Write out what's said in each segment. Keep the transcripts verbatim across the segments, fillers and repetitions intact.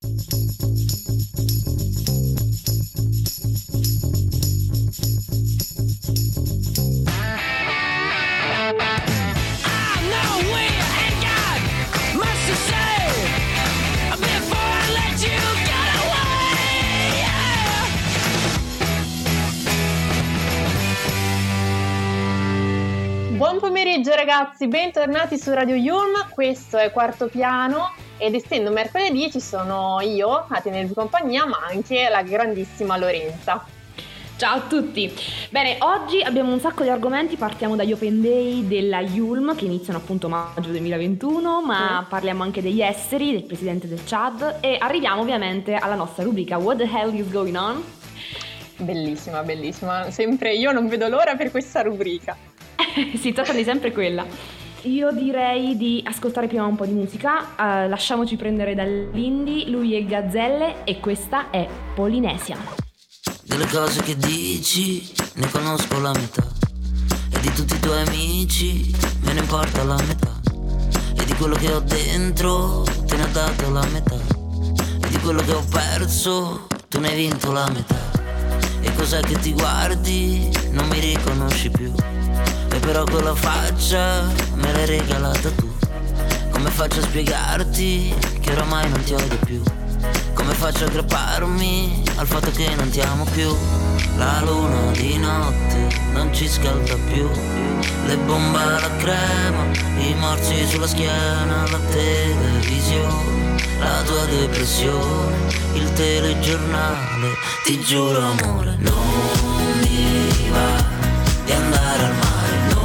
Buon pomeriggio ragazzi, bentornati su Radio Yulm, questo è Quarto Piano ed essendo mercoledì ci sono io a tenervi compagnia ma anche la grandissima Lorenza. Ciao a tutti! Bene, oggi abbiamo un sacco di argomenti, partiamo dagli Open Day della Yulm che iniziano appunto maggio duemilaventuno, ma mm. parliamo anche degli esteri, del presidente del Chad e arriviamo ovviamente alla nostra rubrica What the hell is going on? Bellissima, bellissima, sempre io non vedo l'ora per questa rubrica. Si tratta di sempre quella. Io direi di ascoltare prima un po' di musica, uh, lasciamoci prendere dall'indie, lui è Gazzelle e questa è Polinesia. Delle cose che dici ne conosco la metà e di tutti i tuoi amici me ne importa la metà e di quello che ho dentro te ne ho dato la metà e di quello che ho perso tu ne hai vinto la metà e cos'è che ti guardi non mi riconosci più e però quella faccia me l'hai regalata tu. Come faccio a spiegarti che oramai non ti odio più? Come faccio a aggrapparmi al fatto che non ti amo più? La luna di notte non ci scalda più, le bombe alla crema, i morsi sulla schiena, la televisione, la tua depressione, il telegiornale. Ti giuro amore, non mi va di andare al mare.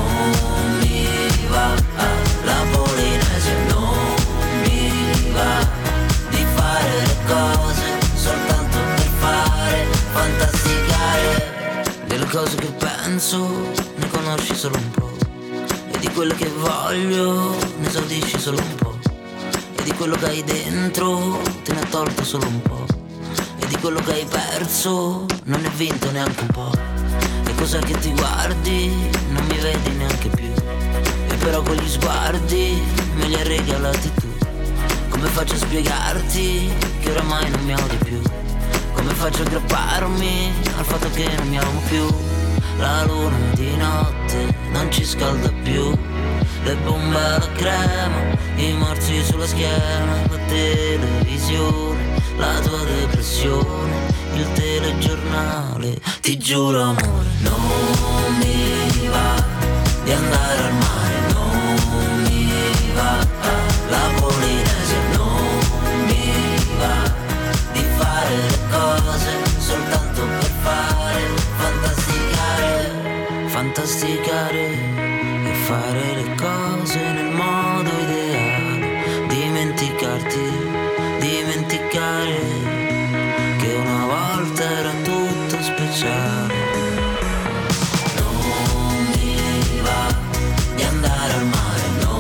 La Polinesia non mi va di fare le cose soltanto per fare, fantasticare. Delle cose che penso ne conosci solo un po' e di quelle che voglio ne esaudisci solo un po' e di quello che hai dentro te ne ha tolto solo un po' e di quello che hai perso non ne hai vinto neanche un po' e cos'è che ti guardi non mi vedi neanche più. Però quegli sguardi me li hai regalati tu. Come faccio a spiegarti che oramai non mi odi più? Come faccio a aggrapparmi al fatto che non mi amo più? La luna di notte non ci scalda più, le bombe alla crema, i morsi sulla schiena, la televisione, la tua depressione, il telegiornale. Ti giuro amore, non mi va di andare al mare. La Polinesia non mi va di fare le cose soltanto per fare, fantasticare, fantasticare e fare le cose nel modo ideale, dimenticarti, dimenticare che una volta era tutto speciale. Non mi va di andare al mare.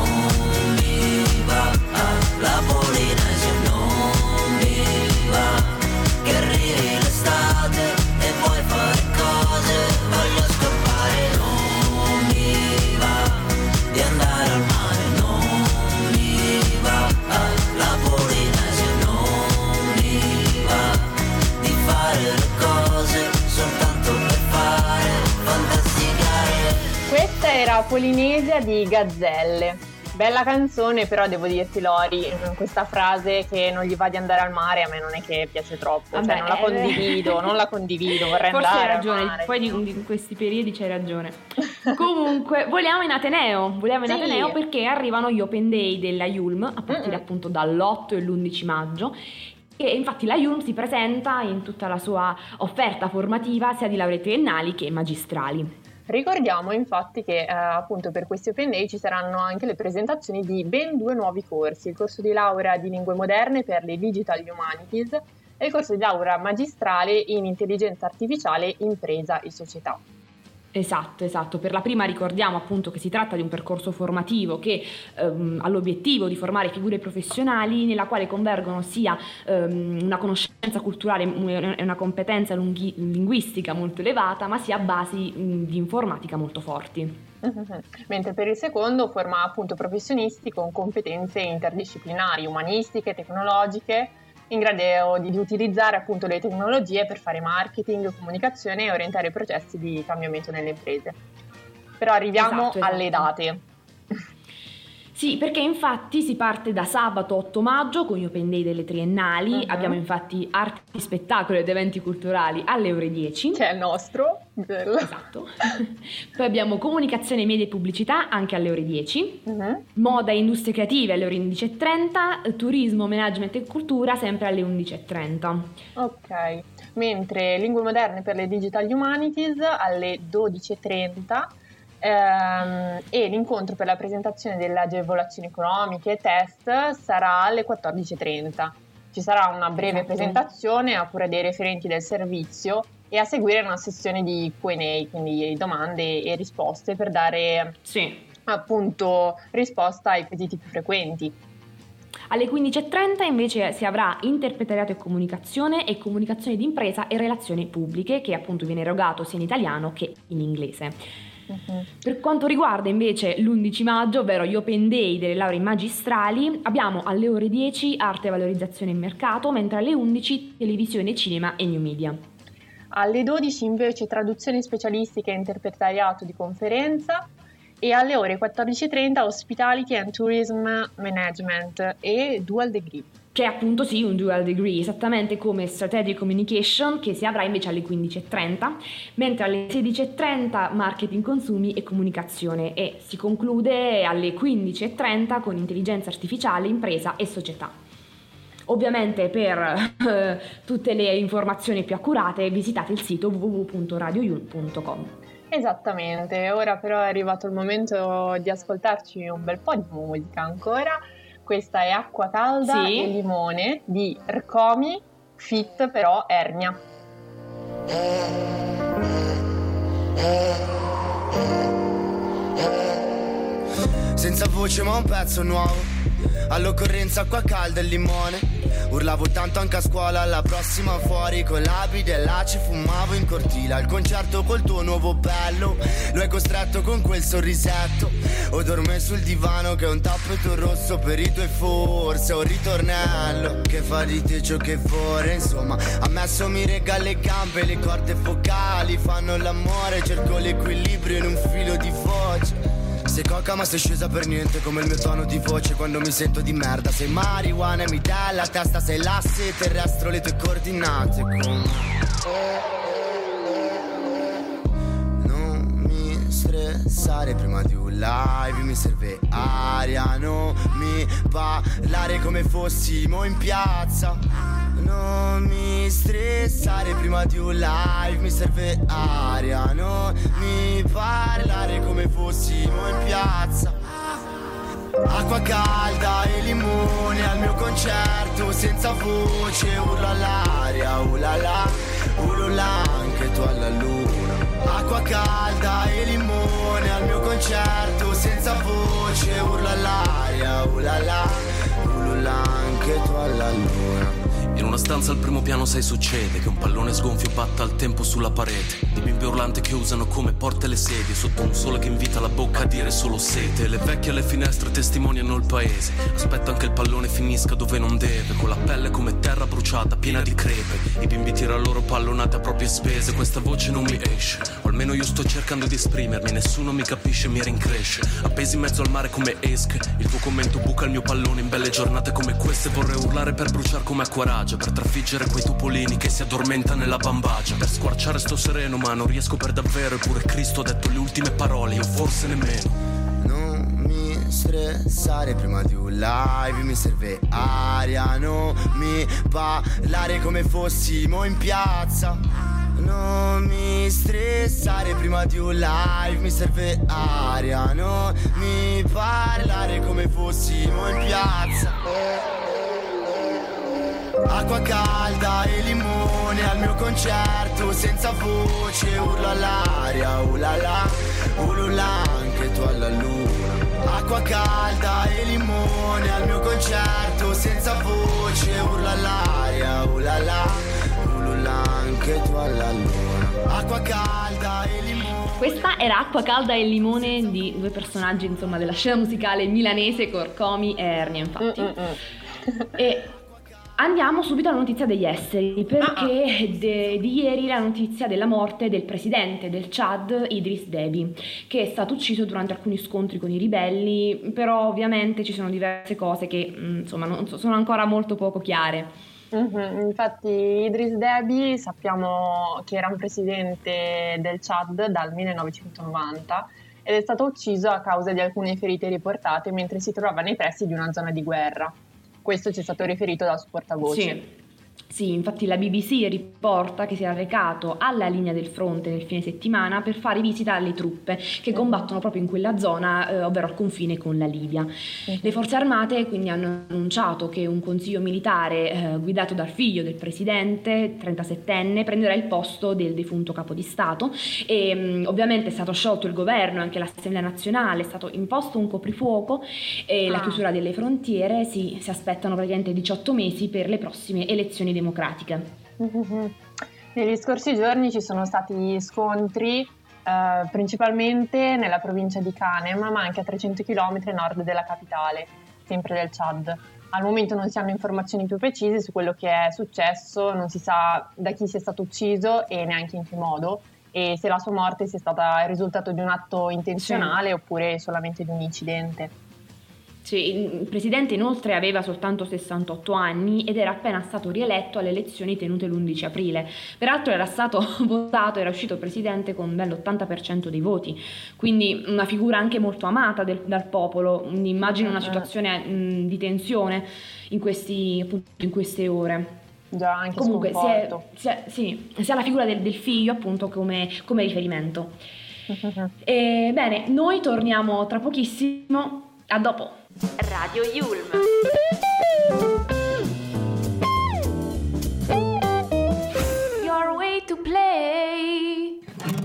La Polinesia non mi va, che arrivi l'estate e vuoi fare cose, voglio scappare. Non mi va di andare al mare, non mi va. La Polinesia non mi va di fare le cose soltanto per fare, fantasticare. Questa era Polinesia di Gazzelle. Bella canzone, però devo dirti Lori, questa frase che non gli va di andare al mare a me non è che piace troppo, Vabbè, cioè non la condivido, non la condivido, vorrei forse andare hai ragione, al mare. Poi di, di questi periodi c'hai ragione. Comunque, vogliamo in Ateneo, vogliamo in sì. Ateneo perché arrivano gli Open Day della Yulm, a partire Mm-mm. appunto dall'otto e l'undici maggio, e infatti la Yulm si presenta in tutta la sua offerta formativa sia di lauree triennali che magistrali. Ricordiamo infatti che eh, appunto per questi Open Day ci saranno anche le presentazioni di ben due nuovi corsi, il corso di laurea di lingue moderne per le Digital Humanities e il corso di laurea magistrale in intelligenza artificiale, impresa e società. Esatto, esatto. Per la prima ricordiamo appunto che si tratta di un percorso formativo che ehm, ha l'obiettivo di formare figure professionali nella quale convergono sia ehm, una conoscenza culturale e una competenza lunghi- linguistica molto elevata, ma sia basi mh, di informatica molto forti. Uh-huh. Mentre per il secondo forma appunto professionisti con competenze interdisciplinari, umanistiche, tecnologiche, in grado di, di utilizzare appunto le tecnologie per fare marketing, comunicazione e orientare i processi di cambiamento nelle imprese. Però arriviamo esatto, esatto. alle date. Sì, perché infatti si parte da sabato otto maggio con gli Open Day delle triennali, uh-huh. abbiamo infatti arti, spettacolo ed eventi culturali alle ore dieci. Che è il nostro. Bello. Esatto. Poi abbiamo comunicazione, media e pubblicità anche alle ore dieci, uh-huh. moda e industrie creative alle ore undici e trenta, turismo, management e cultura sempre alle undici e trenta. Ok, mentre lingue moderne per le Digital Humanities alle dodici e trenta. Ehm, e l'incontro per la presentazione delle agevolazioni economiche e test sarà alle quattordici e trenta. Ci sarà una breve esatto. presentazione a cura dei referenti del servizio e a seguire una sessione di Q and A, quindi domande e risposte per dare sì. appunto risposta ai quesiti più frequenti. Alle quindici e trenta invece si avrà interpretariato e comunicazione e comunicazione d'impresa e relazioni pubbliche, che appunto viene erogato sia in italiano che in inglese. Uh-huh. Per quanto riguarda invece l'undici maggio, ovvero gli Open Day delle lauree magistrali, abbiamo alle ore dieci arte, valorizzazione e mercato, mentre alle undici televisione, cinema e new media. Alle dodici invece traduzioni specialistiche e interpretariato di conferenza, e alle ore quattordici e trenta hospitality and tourism management e dual degree. Che è appunto sì un dual degree, esattamente come strategic communication, che si avrà invece alle quindici e trenta, mentre alle sedici e trenta marketing, consumi e comunicazione, e si conclude alle quindici e trenta con intelligenza artificiale, impresa e società. Ovviamente per eh, tutte le informazioni più accurate visitate il sito w w w punto radio yul punto com. Esattamente, ora però è arrivato il momento di ascoltarci un bel po' di musica ancora. Questa è Acqua Calda sì. e Limone di Rcomi, feat però Ernia. Senza voce ma un pezzo nuovo, all'occorrenza acqua calda e limone. Urlavo tanto anche a scuola, alla prossima fuori con l'abide e là ci fumavo in cortile. Al concerto col tuo nuovo bello, lo hai costretto con quel sorrisetto. O dorme sul divano che è un tappeto rosso per i tuoi forse un ritornello che fa di te ciò che vuole. Insomma, ammesso mi regala le gambe, le corde focali fanno l'amore. Cerco l'equilibrio in un filo di voce. Sei coca ma sei scesa per niente come il mio tono di voce quando mi sento di merda. Sei marijuana e mi dai la testa, sei l'asse, terrestro le tue coordinate come... Non mi stressare prima di un live, mi serve aria, non mi parlare come fossimo in piazza. Non mi stressare prima di un live, mi serve aria, non mi parlare come fossimo in piazza. Acqua calda e limone al mio concerto, senza voce, urlo all'aria, ulala, ulula anche tu alla luna. Acqua calda e limone al mio concerto, senza voce, urlo all'aria, ulala, ulula anche tu alla luna. In una stanza al primo piano sai succede che un pallone sgonfio batta al tempo sulla parete. Di bimbe urlante che usano come porte le sedie sotto un sole che invita la bocca a dire solo sete. Le vecchie alle finestre testimoniano il paese. Aspetta che il pallone finisca dove non deve, con la pelle come terra bruciata piena di crepe. I bimbi tirano loro pallonate a proprie spese. Questa voce non mi esce, o almeno io sto cercando di esprimermi. Nessuno mi capisce, mi rincresce. Appesi in mezzo al mare come esche. Il tuo commento buca il mio pallone in belle giornate come queste. Vorrei urlare per bruciare come acquarage, per trafiggere quei topolini che si addormenta nella bambagia, per squarciare sto sereno ma non riesco per davvero. Eppure Cristo ha detto le ultime parole, io forse nemmeno. Non mi stressare prima di un live, mi serve aria, non mi parlare come fossimo in piazza. Non mi stressare prima di un live, mi serve aria, non mi parlare come fossimo in piazza. Acqua calda e limone al mio concerto, senza voce, urlo all'aria, ulala, ulula anche tu alla luna. Acqua calda e limone al mio concerto, senza voce, urlo all'aria, ulala, ulula anche tu alla luna. Acqua calda e limone. Questa era Acqua calda e limone di due personaggi insomma della scena musicale milanese, Rcomi e Ernia infatti. Mm-mm. E Andiamo subito alla notizia degli esteri, perché Ah. de- di ieri la notizia della morte del presidente del Chad, Idriss Déby, che è stato ucciso durante alcuni scontri con i ribelli, però ovviamente ci sono diverse cose che mh, insomma non so- sono ancora molto poco chiare. Mhm. Infatti Idriss Déby sappiamo che era un presidente del Chad dal millenovecentonovanta ed è stato ucciso a causa di alcune ferite riportate mentre si trovava nei pressi di una zona di guerra. Questo ci è stato riferito dal suo portavoce. Sì. Sì, infatti la B B C riporta che si era recato alla linea del fronte nel fine settimana per fare visita alle truppe che combattono proprio in quella zona, eh, ovvero al confine con la Libia. Le forze armate quindi hanno annunciato che un consiglio militare eh, guidato dal figlio del presidente, trentasettenne, prenderà il posto del defunto capo di Stato e mh, ovviamente è stato sciolto il governo e anche l'Assemblea nazionale, è stato imposto un coprifuoco e la Ah. chiusura delle frontiere. Sì, si aspettano praticamente diciotto mesi per le prossime elezioni democratiche. Mhm. Negli scorsi giorni ci sono stati scontri eh, principalmente nella provincia di Kanem, ma anche a trecento chilometri a nord della capitale, sempre del Chad. Al momento non si hanno informazioni più precise su quello che è successo, non si sa da chi sia stato ucciso e neanche in che modo, e se la sua morte sia stata il risultato di un atto intenzionale oppure solamente di un incidente. Sì, il presidente inoltre aveva soltanto sessantotto anni ed era appena stato rieletto alle elezioni tenute l'undici aprile. Peraltro era stato votato, era uscito presidente con ben l'ottanta per cento dei voti, quindi una figura anche molto amata del- dal popolo. Immagino una situazione mh, di tensione in, questi, appunto, in queste ore. Già anche Comunque si è, sconforto. si è- sì, si ha la figura del, del figlio appunto come, come riferimento. E, bene, noi torniamo tra pochissimo. A dopo. Radio Yulm. Your way to play.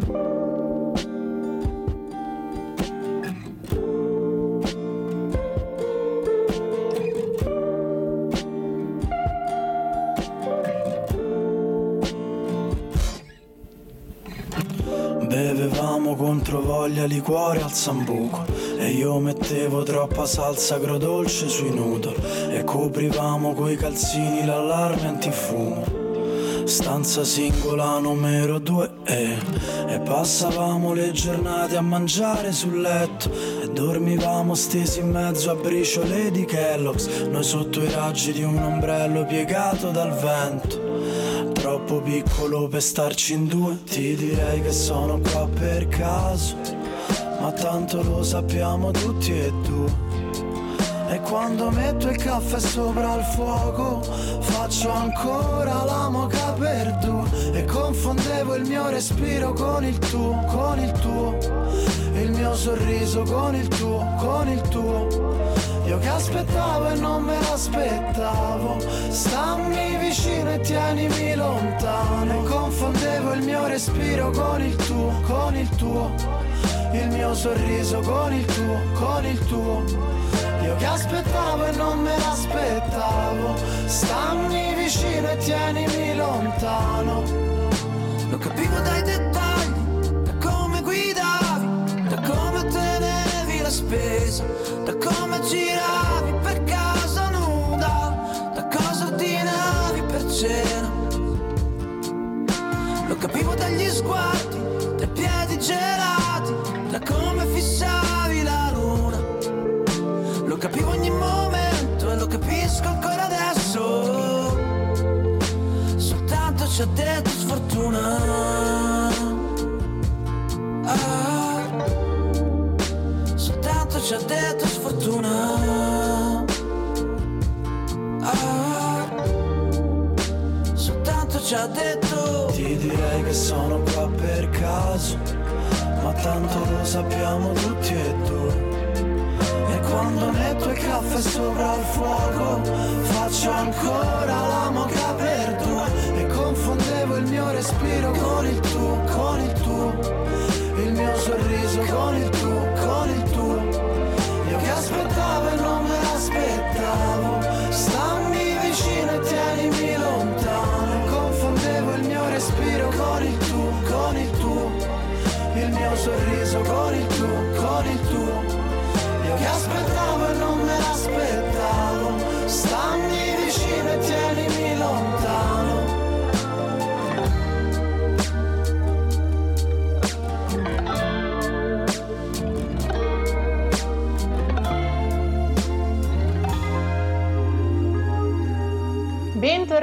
Bevevamo contro voglia liquore al sambuco e io mettevo troppa salsa agrodolce sui noodle e coprivamo coi calzini l'allarme antifumo. Stanza singola numero due e, e passavamo le giornate a mangiare sul letto e dormivamo stesi in mezzo a briciole di Kellogg's, noi sotto i raggi di un ombrello piegato dal vento. Troppo piccolo per starci in due, ti direi che sono qua per caso, ma tanto lo sappiamo tutti e due. E quando metto il caffè sopra il fuoco faccio ancora la moka per due e confondevo il mio respiro con il tuo, con il tuo, il mio sorriso con il tuo, con il tuo. Io che aspettavo e non me l'aspettavo, stammi vicino e tienimi lontano. E confondevo il mio respiro con il tuo, con il tuo, il mio sorriso con il tuo, con il tuo. Io che aspettavo e non me l'aspettavo, stammi vicino e tienimi lontano. Lo capivo dai dettagli, da come guidavi, da come tenevi la spesa, da come giravi per casa nuda, da cosa ordinavi per cena. Lo capivo dagli sguardi, dai piedi gelati, da come fissavi la luna. Lo capivo ogni momento e lo capisco ancora adesso. Soltanto ci ha detto sfortuna. Ah, soltanto ci ha detto sfortuna. Ah, soltanto ci ha detto. Ti direi che sono qua per caso, ma tanto lo sappiamo tutti e due. E quando metto il caffè sopra il fuoco faccio ancora la moka per due e confondevo il mio respiro con il tuo, con il tuo, il mio sorriso con il tuo, con il tuo. Io che aspettavo e non me l'aspettavo, stammi vicino e tienimi lontano. E confondevo il mio respiro con il tuo, con il tuo, il mio sorriso con il tuo, con il tuo. Io che aspettavo e non me l'aspettavo, stammi vicino e tienimi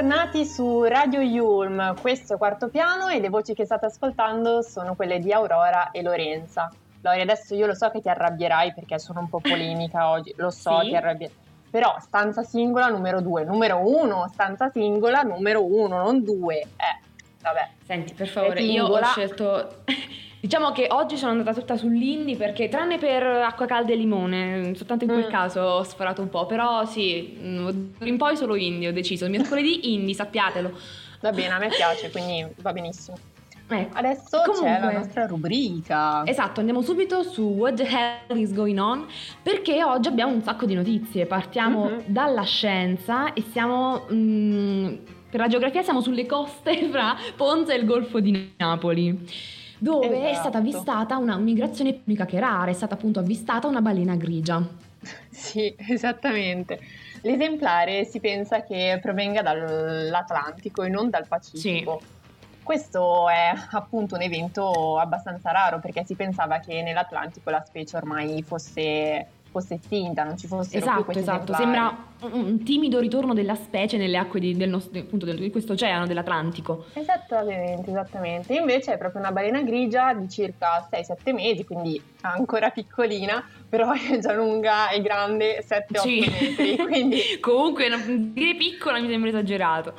Bentornati su Radio Yulm, questo è Quarto Piano e le voci che state ascoltando sono quelle di Aurora e Lorenza. Lori, adesso io lo so che ti arrabbierai perché sono un po' polemica oggi, lo so, Sì. ti arrabbierai. Però stanza singola numero due, numero uno, stanza singola numero uno, non due. Eh, vabbè. Senti, per favore, io ho Singola. scelto... Diciamo che oggi sono andata tutta sull'indie perché, tranne per Acqua Calda e Limone, soltanto in quel Mm. caso ho sforato un po', però sì, mm, in poi solo indie ho deciso. Mercoledì indie, sappiatelo. Va bene, a me piace, quindi va benissimo. Ecco. Adesso Comunque- c'è la nostra rubrica. Esatto, andiamo subito su What the Hell is Going On, perché oggi abbiamo un sacco di notizie. Partiamo Mhm. dalla scienza e siamo mm, per la geografia siamo sulle coste fra Ponza e il Golfo di Napoli, dove è Esatto. stata avvistata una migrazione unica che rara, è stata appunto avvistata una balena grigia. Sì, esattamente. L'esemplare si pensa che provenga dall'Atlantico e non dal Pacifico. Questo è appunto un evento abbastanza raro perché si pensava che nell'Atlantico la specie ormai fosse, fosse estinta, non ci fossero più Esatto, questi esatto, esemplari. sembra un, un timido ritorno della specie nelle acque di, del nostro, appunto, del- di questo oceano, dell'Atlantico. Esattamente, esattamente. Invece è proprio una balena grigia di circa sei sette mesi, quindi ancora piccolina, però è già lunga e grande sette otto Sì. metri, quindi Comunque no, dire piccola mi sembra esagerato.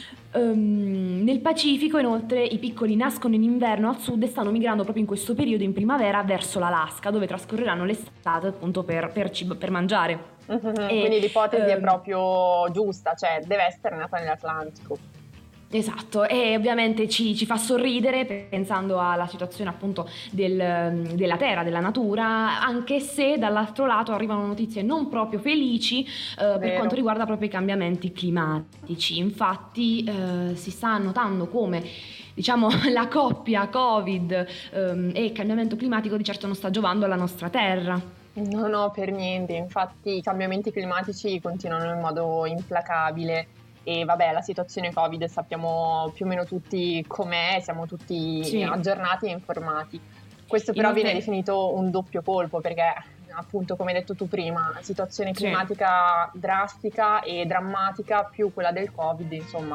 Ehm, nel Pacifico inoltre i piccoli nascono in inverno al sud e stanno migrando proprio in questo periodo in primavera verso l'Alaska, dove trascorreranno l'estate appunto per, per cibo- per mangiare. Mhm, E, quindi l'ipotesi è ehm, proprio giusta, cioè deve essere nata nell'Atlantico. Esatto, e ovviamente ci, ci fa sorridere pensando alla situazione appunto del- della terra, della natura, anche se dall'altro lato arrivano notizie non proprio felici eh, per Vero. quanto riguarda proprio i cambiamenti climatici. Infatti eh, si sta notando come, diciamo, la coppia Covid ehm, e cambiamento climatico di certo non sta giovando alla nostra terra. No, no, per niente. Infatti i cambiamenti climatici continuano in modo implacabile e vabbè, la situazione Covid sappiamo più o meno tutti com'è, siamo tutti Sì. aggiornati e informati. Questo però Inoltre- viene definito un doppio colpo perché appunto, come hai detto tu prima, situazione Sì. climatica drastica e drammatica più quella del Covid, insomma,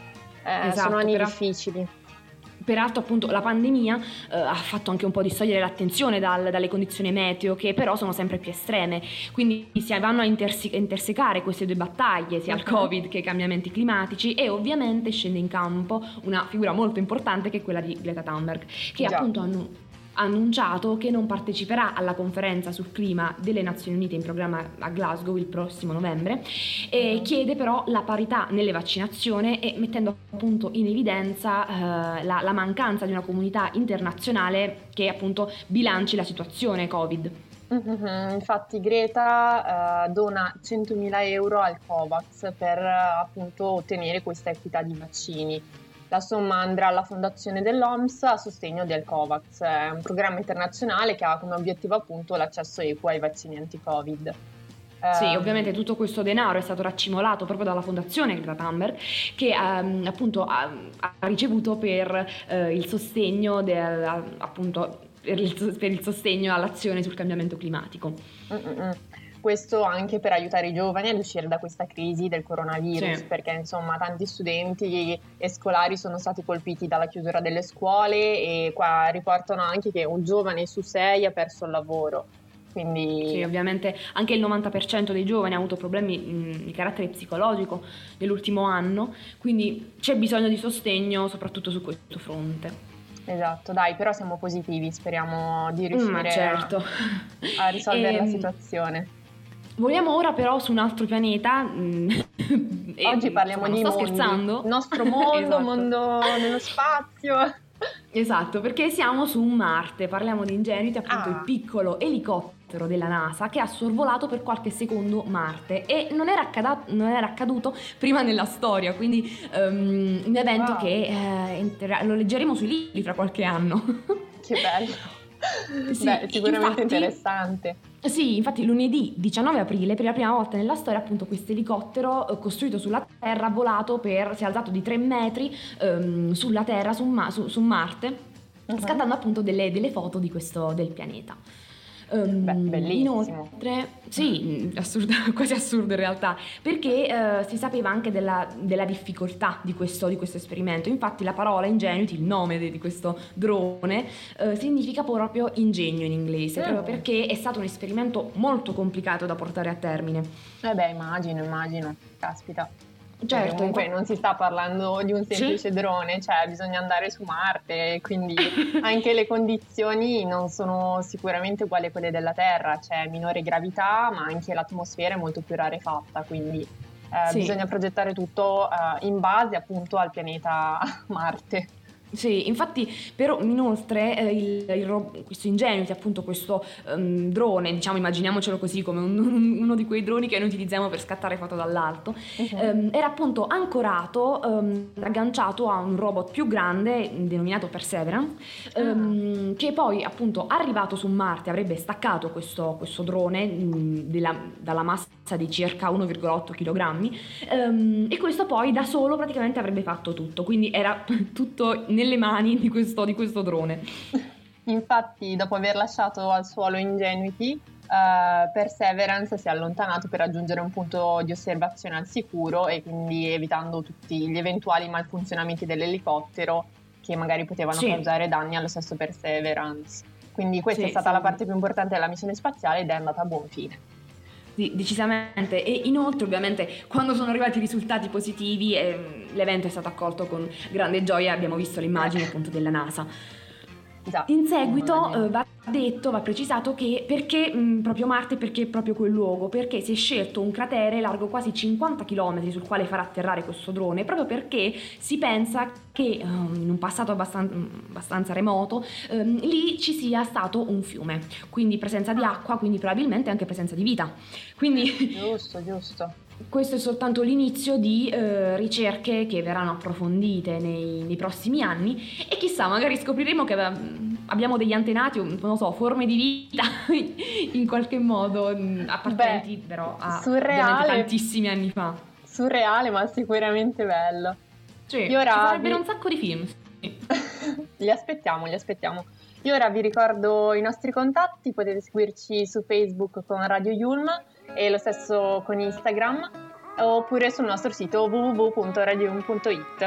eh, Esatto, sono anni però- difficili. Peraltro appunto la pandemia eh, ha fatto anche un po' distogliere l'attenzione dal- dalle condizioni meteo che però sono sempre più estreme, quindi si vanno a intersi- a intersecare queste due battaglie, sia il Mhm. Covid che i cambiamenti climatici, e ovviamente scende in campo una figura molto importante che è quella di Greta Thunberg, che Già. appunto hanno ha annunciato che non parteciperà alla conferenza sul clima delle Nazioni Unite in programma a Glasgow il prossimo novembre, e chiede però la parità nelle vaccinazioni e mettendo appunto in evidenza eh, la, la mancanza di una comunità internazionale che appunto bilanci la situazione Covid. Mhm, Infatti Greta eh, dona centomila euro al COVAX per eh, appunto ottenere questa equità di vaccini. La somma andrà alla fondazione dell'O M S a sostegno del COVAX, è un programma internazionale che ha come obiettivo appunto l'accesso equo ai vaccini anti-Covid. Sì, Ehm, ovviamente tutto questo denaro è stato raccimolato proprio dalla fondazione Greta Thunberg, che ehm, appunto ha, ha ricevuto per eh, il sostegno del, appunto per il, per il sostegno all'azione sul cambiamento climatico. Mm-mm. Questo anche per aiutare i giovani ad uscire da questa crisi del coronavirus, Sì. perché insomma tanti studenti e scolari sono stati colpiti dalla chiusura delle scuole e qua riportano anche che un giovane su sei ha perso il lavoro. Quindi Sì, ovviamente anche il novanta per cento dei giovani ha avuto problemi mh, di carattere psicologico nell'ultimo anno, quindi c'è bisogno di sostegno soprattutto su questo fronte. esatto, dai, però siamo positivi, speriamo di Ma riuscire certo. a, a risolvere la Ehm, situazione. Voliamo ora però su un altro pianeta. mm, e, Oggi parliamo insomma, di non sto mondi. scherzando. Il nostro mondo, Esatto. mondo nello spazio. Esatto, perché siamo su Marte, parliamo di Ingenuity, appunto Ah. il piccolo elicottero della NASA che ha sorvolato per qualche secondo Marte, e non era, accada- non era accaduto prima nella storia, quindi ehm, un evento Wow. che eh, inter- lo leggeremo sui libri fra qualche anno. Che bello. Sì, Beh, sicuramente infatti- interessante. Sì, infatti lunedì diciannove aprile, per la prima volta nella storia, appunto questo elicottero eh, costruito sulla Terra, volato per, si è alzato di tre metri ehm, sulla Terra, su, Ma- su- su Marte, Mhm. scattando appunto delle, delle foto di questo, del pianeta. Um, Beh, bellissimo. Inoltre, sì, assurdo, quasi assurdo in realtà, perché uh, si sapeva anche della, della difficoltà di questo, di questo esperimento. Infatti la parola Ingenuity, il nome di, di questo drone, uh, significa proprio ingegno in inglese, mm. proprio perché è stato un esperimento molto complicato da portare a termine. Eh beh, immagino, immagino, caspita. Certo, comunque non si sta parlando di un semplice sì. drone, cioè bisogna andare su Marte, quindi anche le condizioni non sono sicuramente uguali a quelle della Terra, c'è minore gravità, ma anche l'atmosfera è molto più rarefatta, quindi eh, sì. bisogna progettare tutto eh, in base appunto al pianeta Marte. Sì, infatti, però inoltre eh, il, il, questo Ingenuity, appunto questo um, drone, diciamo, immaginiamocelo così come un, un, uno di quei droni che noi utilizziamo per scattare foto dall'alto, uh-huh. um, era appunto ancorato, um, agganciato a un robot più grande denominato Perseverance, um, uh-huh. che poi appunto arrivato su Marte avrebbe staccato questo, questo drone mh, della, dalla massa di circa uno virgola otto chilogrammi um, e questo poi da solo praticamente avrebbe fatto tutto, quindi era tutto nelle mani di questo, di questo drone. Infatti, dopo aver lasciato al suolo Ingenuity, uh, Perseverance si è allontanato per raggiungere un punto di osservazione al sicuro e quindi evitando tutti gli eventuali malfunzionamenti dell'elicottero che magari potevano sì. causare danni allo stesso Perseverance. Quindi questa sì, è stata sì. la parte più importante della missione spaziale ed è andata a buon fine. Sì, decisamente. E inoltre ovviamente quando sono arrivati i risultati positivi eh, l'evento è stato accolto con grande gioia, abbiamo visto le immagini appunto della NASA. Già. In seguito eh, va detto, va precisato che perché mh, proprio Marte, perché proprio quel luogo, perché si è scelto un cratere largo quasi cinquanta chilometri sul quale far atterrare questo drone, proprio perché si pensa che um, in un passato abbastanza, abbastanza remoto um, lì ci sia stato un fiume, quindi presenza di acqua, quindi probabilmente anche presenza di vita. Quindi giusto, giusto. Questo è soltanto l'inizio di eh, ricerche che verranno approfondite nei, nei prossimi anni e chissà, magari scopriremo che abbiamo degli antenati, non lo so, forme di vita in qualche modo appartenenti Beh, però a surreale, tantissimi anni fa. Surreale, ma sicuramente bello. Cioè, Io ora ci sarebbero vi... un sacco di film. Sì. Li aspettiamo, li aspettiamo. Io ora vi ricordo i nostri contatti, potete seguirci su Facebook con Radio Yulm e lo stesso con Instagram oppure sul nostro sito w w w punto radio yulm punto i t.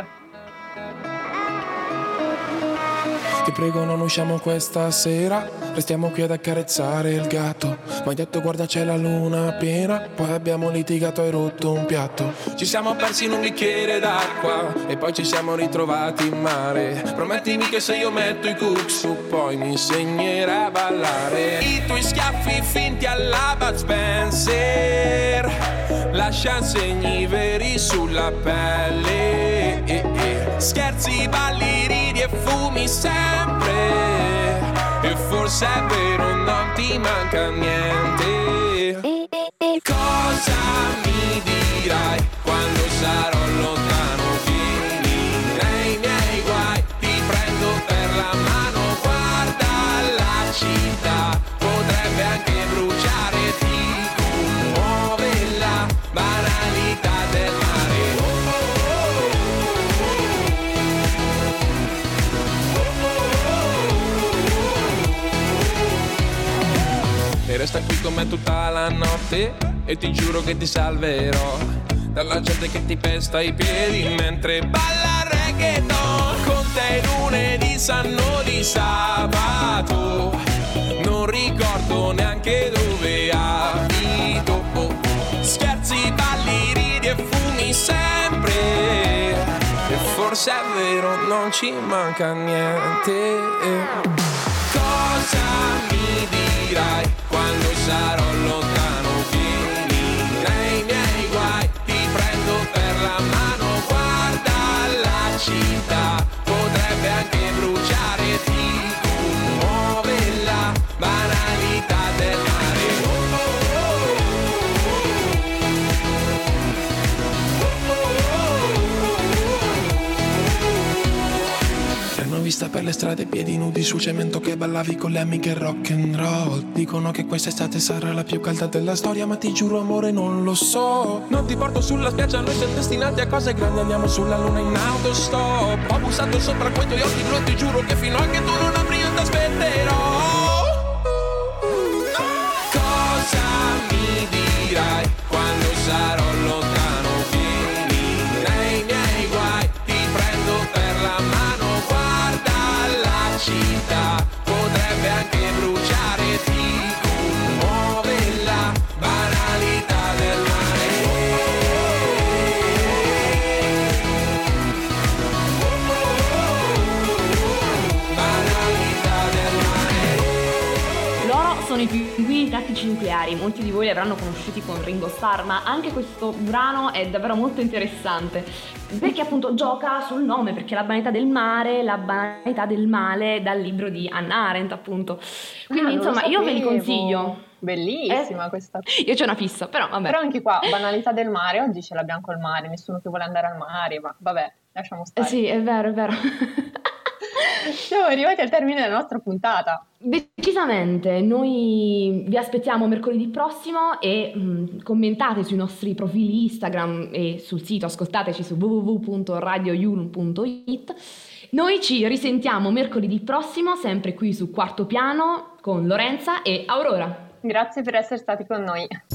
Ti prego non usciamo questa sera, restiamo qui ad accarezzare il gatto. Mi hai detto guarda c'è la luna piena, poi abbiamo litigato e rotto un piatto. Ci siamo persi in un bicchiere d'acqua e poi ci siamo ritrovati in mare. Promettimi che se io metto i cook su poi mi insegnerai a ballare. I tuoi schiaffi finti alla Bud Spencer lascian segni veri sulla pelle, eh, eh. Scherzi, balli, ridi e fumi sempre, e forse è vero non ti manca niente. Cosa mi dirai quando sarò lontano? Vieni nei miei guai, ti prendo per la mano, guarda la città, potrebbe anche bruciare, ti commuove la banalità del mare. E resta qui con me tutta la notte e ti giuro che ti salverò dalla gente che ti pesta i piedi mentre balla reggaeton. Con te lunedì sanno di sabato, non ricordo neanche dove abito. Scherzi, balli, ridi e fumi sempre, e forse è vero non ci manca niente. Cosa mi dirai quando sarò lontano? Vieni nei miei guai, ti prendo per la mano, guarda la città, potrebbe anche bruciare, ti commuove la banalità del mare. L'hanno vista per le strade, piedi nudi sul cemento che ballavi con le amiche rock and roll. Dicono che quest'estate sarà la più calda della storia, ma ti giuro amore non lo so. Non ti porto sulla spiaggia, noi siamo destinati a cose grandi, andiamo sulla luna in autostop. Ho bussato sopra quei tuoi occhi blu e ti giuro che fino a che tu non apri io ti aspetterò. sarò lontano, finirei i miei guai, ti prendo per la mano, guarda la città, potrebbe anche bruciare, ti commuove la banalità del mare. Banalità del mare. Loro sono i pinguini tattici nucleari, molti di voi li avranno conosciuti con Ringo Starr, ma anche questo brano è davvero molto interessante perché appunto gioca sul nome, perché la banalità del mare, la banalità del male, dal libro di Hannah Arendt appunto. Quindi Ah, non lo insomma io ve li sapevo. consiglio. Bellissima Eh, questa. Io c'ho una fissa, però vabbè. Però anche qua, banalità del mare, oggi ce l'abbiamo col mare, nessuno che vuole andare al mare, ma vabbè, lasciamo Eh, stare. sì, è vero, è vero. Siamo arrivati al termine della nostra puntata. Decisamente, noi vi aspettiamo mercoledì prossimo e mh, commentate sui nostri profili Instagram e sul sito, ascoltateci su w w w punto radio yulm punto it. Noi ci risentiamo mercoledì prossimo, sempre qui su Quarto Piano con Lorenza e Aurora. Grazie per essere stati con noi.